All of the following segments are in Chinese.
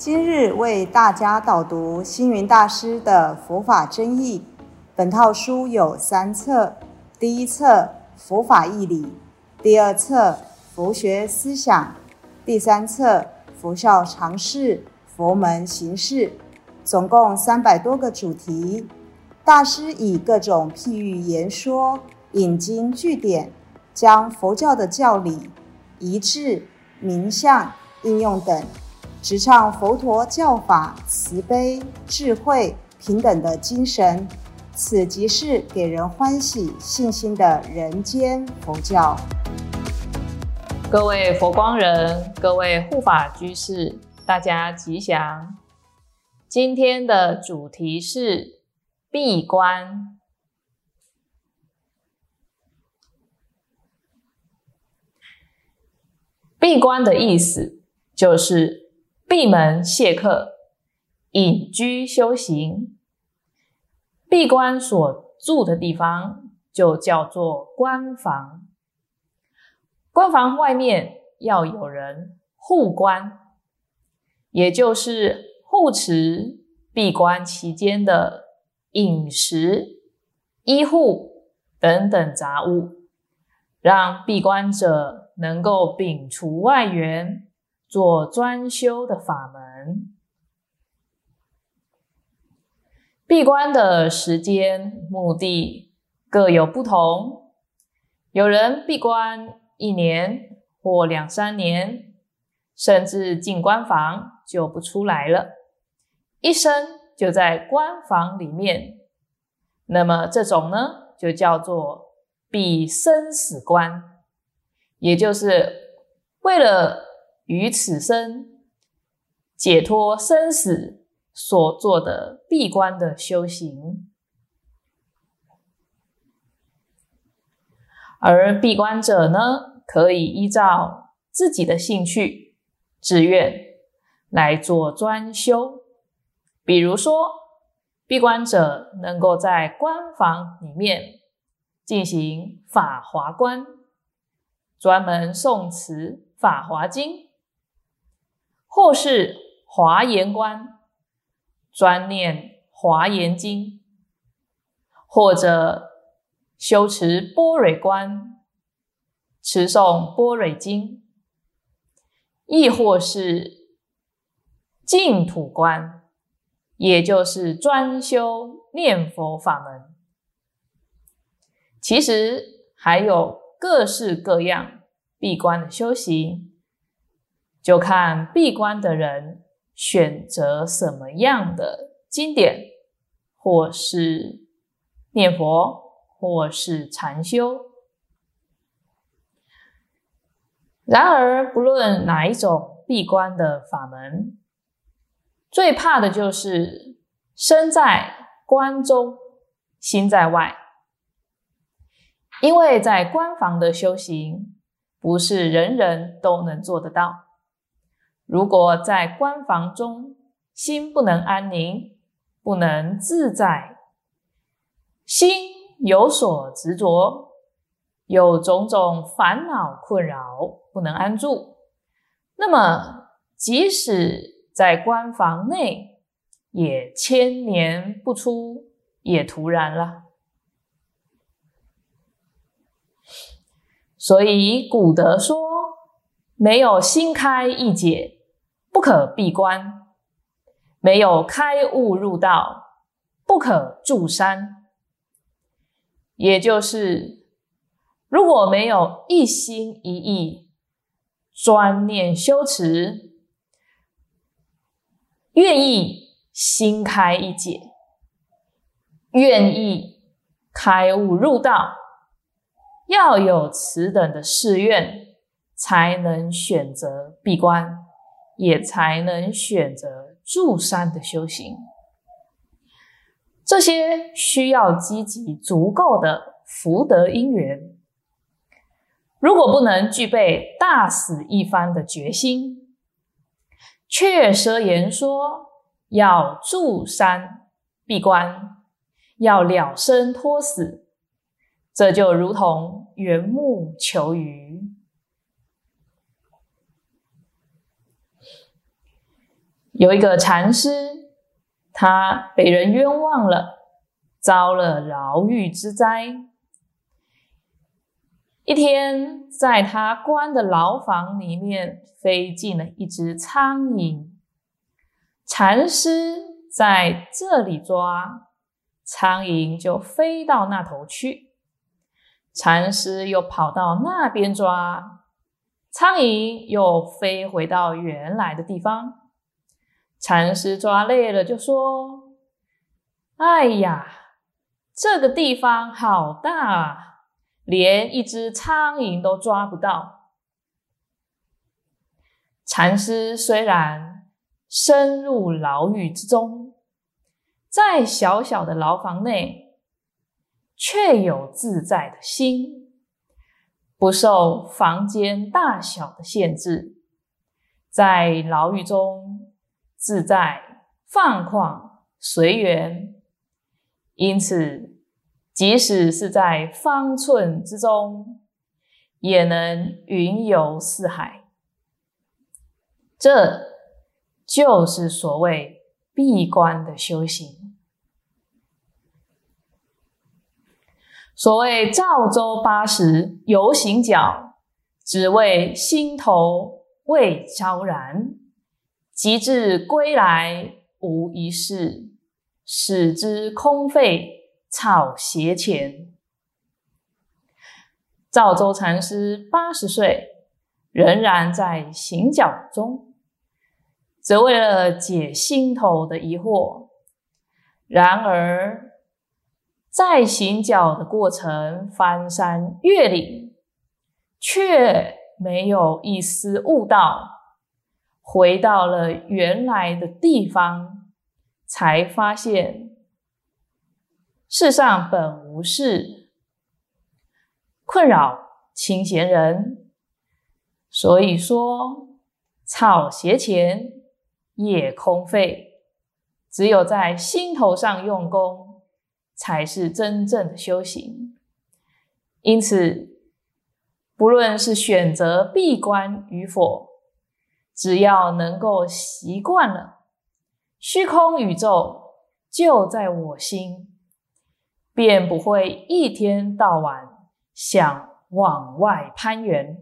今日为大家导读星云大师的佛法真义。本套书有3册，第一册佛法义理，第二册佛学思想，第3册佛教常识、佛门行事，总共300多个主题。大师以各种譬喻言说，引经据典，将佛教的教理、仪制、名相、应用等，直唱佛陀教法慈悲、智慧、平等的精神，此即是给人欢喜信心的人间佛教。 各位佛光人，各位护法居士，大家吉祥。今天的主题是闭关。闭关的意思就是闭门谢客，隐居修行。闭关所住的地方就叫做关房。关房外面要有人护关，也就是护持闭关期间的饮食、医护等等杂物，让闭关者能够摒除外缘，做专修的法门。闭关的时间、目的各有不同，有人闭关1年或2、3年，甚至进关房就不出来了，一生就在关房里面。那么这种呢，就叫做闭生死关，也就是为了于此生解脱生死所做的闭关的修行。而闭关者呢，可以依照自己的兴趣、志愿来做专修。比如说，闭关者能够在关房里面进行法华观，专门诵持法华经，或是华严观，专念华严经，或者修持般若观，持诵般若经，亦或是净土观，也就是专修念佛法门。其实还有各式各样闭关的修行，就看闭关的人选择什么样的经典，或是念佛，或是禅修。然而不论哪一种闭关的法门，最怕的就是身在关中，心在外。因为在关房的修行，不是人人都能做得到。如果在关房中心不能安宁，不能自在，心有所执着，有种种烦恼困扰，不能安住，那么即使在关房内，也千年不出，也徒然了。所以古德说，没有心开意解，不可闭关；没有开悟入道，不可住山。也就是如果没有一心一意专念修持，愿意心开意解，愿意开悟入道，要有此等的誓愿，才能选择闭关，也才能选择住山的修行。这些需要积集足够的福德因缘。如果不能具备大死一番的决心，却奢言说要住山闭关，要了生脱死，这就如同缘木求鱼。 有一个禅师，他被人冤枉了，遭了牢狱之灾。一天，在他关的牢房里面飞进了一只苍蝇。禅师在这里抓，苍蝇就飞到那头去。禅师又跑到那边抓，苍蝇又飞回到原来的地方。禅师抓累了就说：哎呀，这个地方好大啊，连一只苍蝇都抓不到。禅师虽然深入牢狱之中，在小小的牢房内，却有自在的心，不受房间大小的限制，在牢狱中自在放旷随缘。因此即使是在方寸之中，也能云游四海。这就是所谓闭关的修行。所谓赵州80游行脚，只为心头未昭然。及至归来无一事，使之空废草鞋前。赵州禅师80岁，仍然在行脚中，只为了解心头的疑惑。然而在行脚的过程，翻山越岭，却没有一丝悟道。回到了原来的地方，才发现世上本无事，困扰清闲人。所以说草鞋前也空废，只有在心头上用功，才是真正的修行。因此不论是选择闭关与否，只要能够习惯了，虚空宇宙就在我心，便不会一天到晚想往外攀援。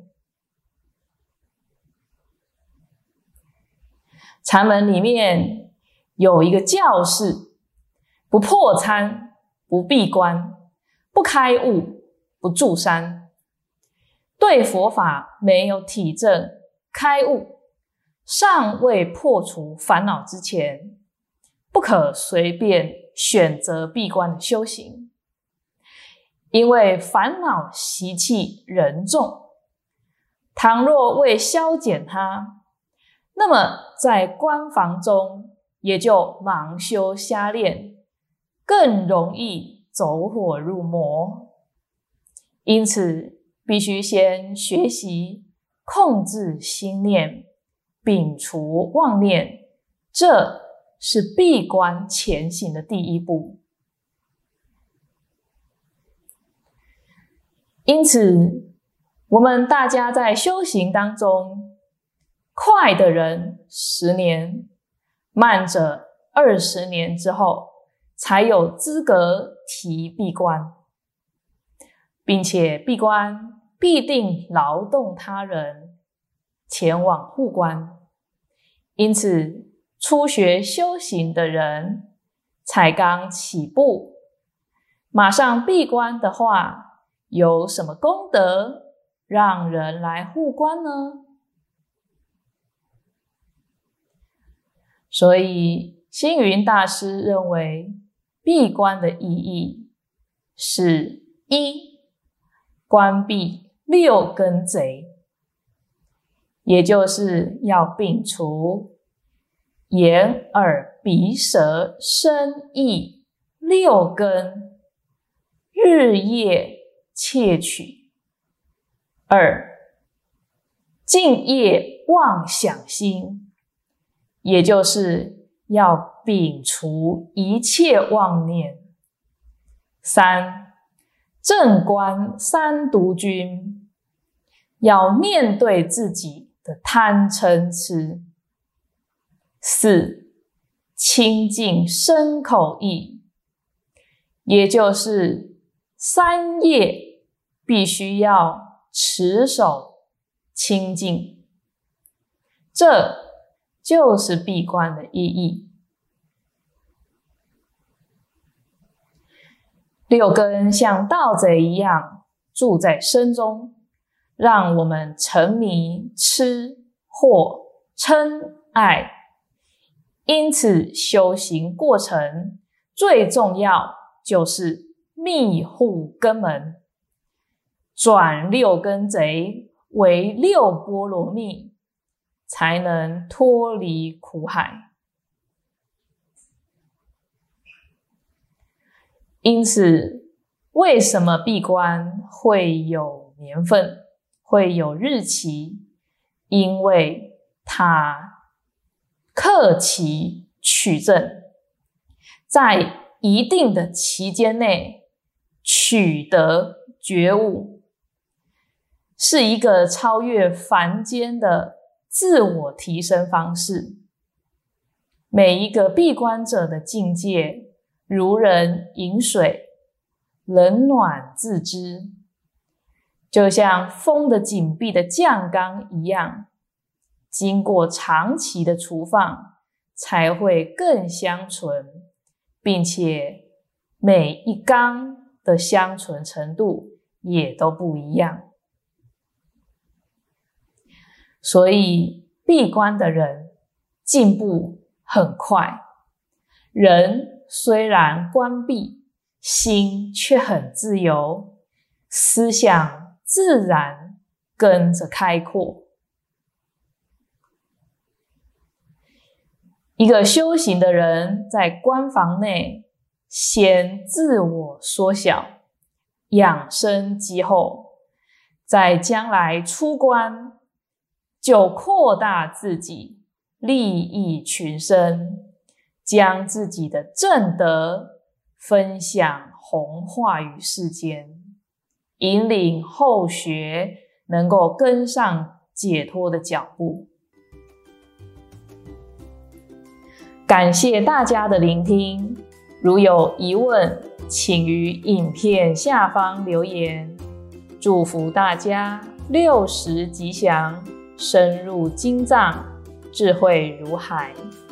禅门里面有一个教士，不破参，不闭关，不开悟，不住山，对佛法没有体证开悟，尚未破除烦恼之前，不可随便选择闭关的修行。因为烦恼习气人重，倘若未消减它，那么在关房中也就盲修瞎练，更容易走火入魔。因此必须先学习控制心念，摒除妄念，这是闭关前行的第一步。因此我们大家在修行当中，快的人10年，慢者20年之后才有资格提闭关，并且闭关必定劳动他人前往护关。因此初学修行的人才刚起步，马上闭关的话，有什么功德让人来护关呢？所以星云大师认为，闭关的意义是一，关闭6根贼，也就是要摒除眼、耳、鼻、舌、身、意6根日夜窃取。2，净业妄想心，也就是要摒除一切妄念。3，正观三毒菌，要面对自己的贪嗔痴。 4. 清净身口意，也就是3业必须要持守清净，这就是闭关的意义。6根像盗贼一样住在身中，让我们沉迷、吃、惑、嗔、爱。因此修行过程最重要就是密护根门，转6根贼为6波罗蜜，才能脱离苦海。因此，为什么闭关会有年份，会有日期？因为它克期取证，在一定的期间内取得觉悟，是一个超越凡间的自我提升方式。每一个闭关者的境界如人饮水，冷暖自知，就像封得紧闭的酱缸一样，经过长期的储放，才会更香醇，并且每一缸的香醇程度也都不一样。所以闭关的人进步很快，人虽然关闭，心却很自由，思想自然跟着开阔。一个修行的人在关房内先自我缩小，养生积后，在将来出关就扩大自己，利益群生，将自己的正德分享弘化于世间，引领后学能够跟上解脱的脚步。感谢大家的聆听，如有疑问，请于影片下方留言。祝福大家60吉祥，深入经藏，智慧如海。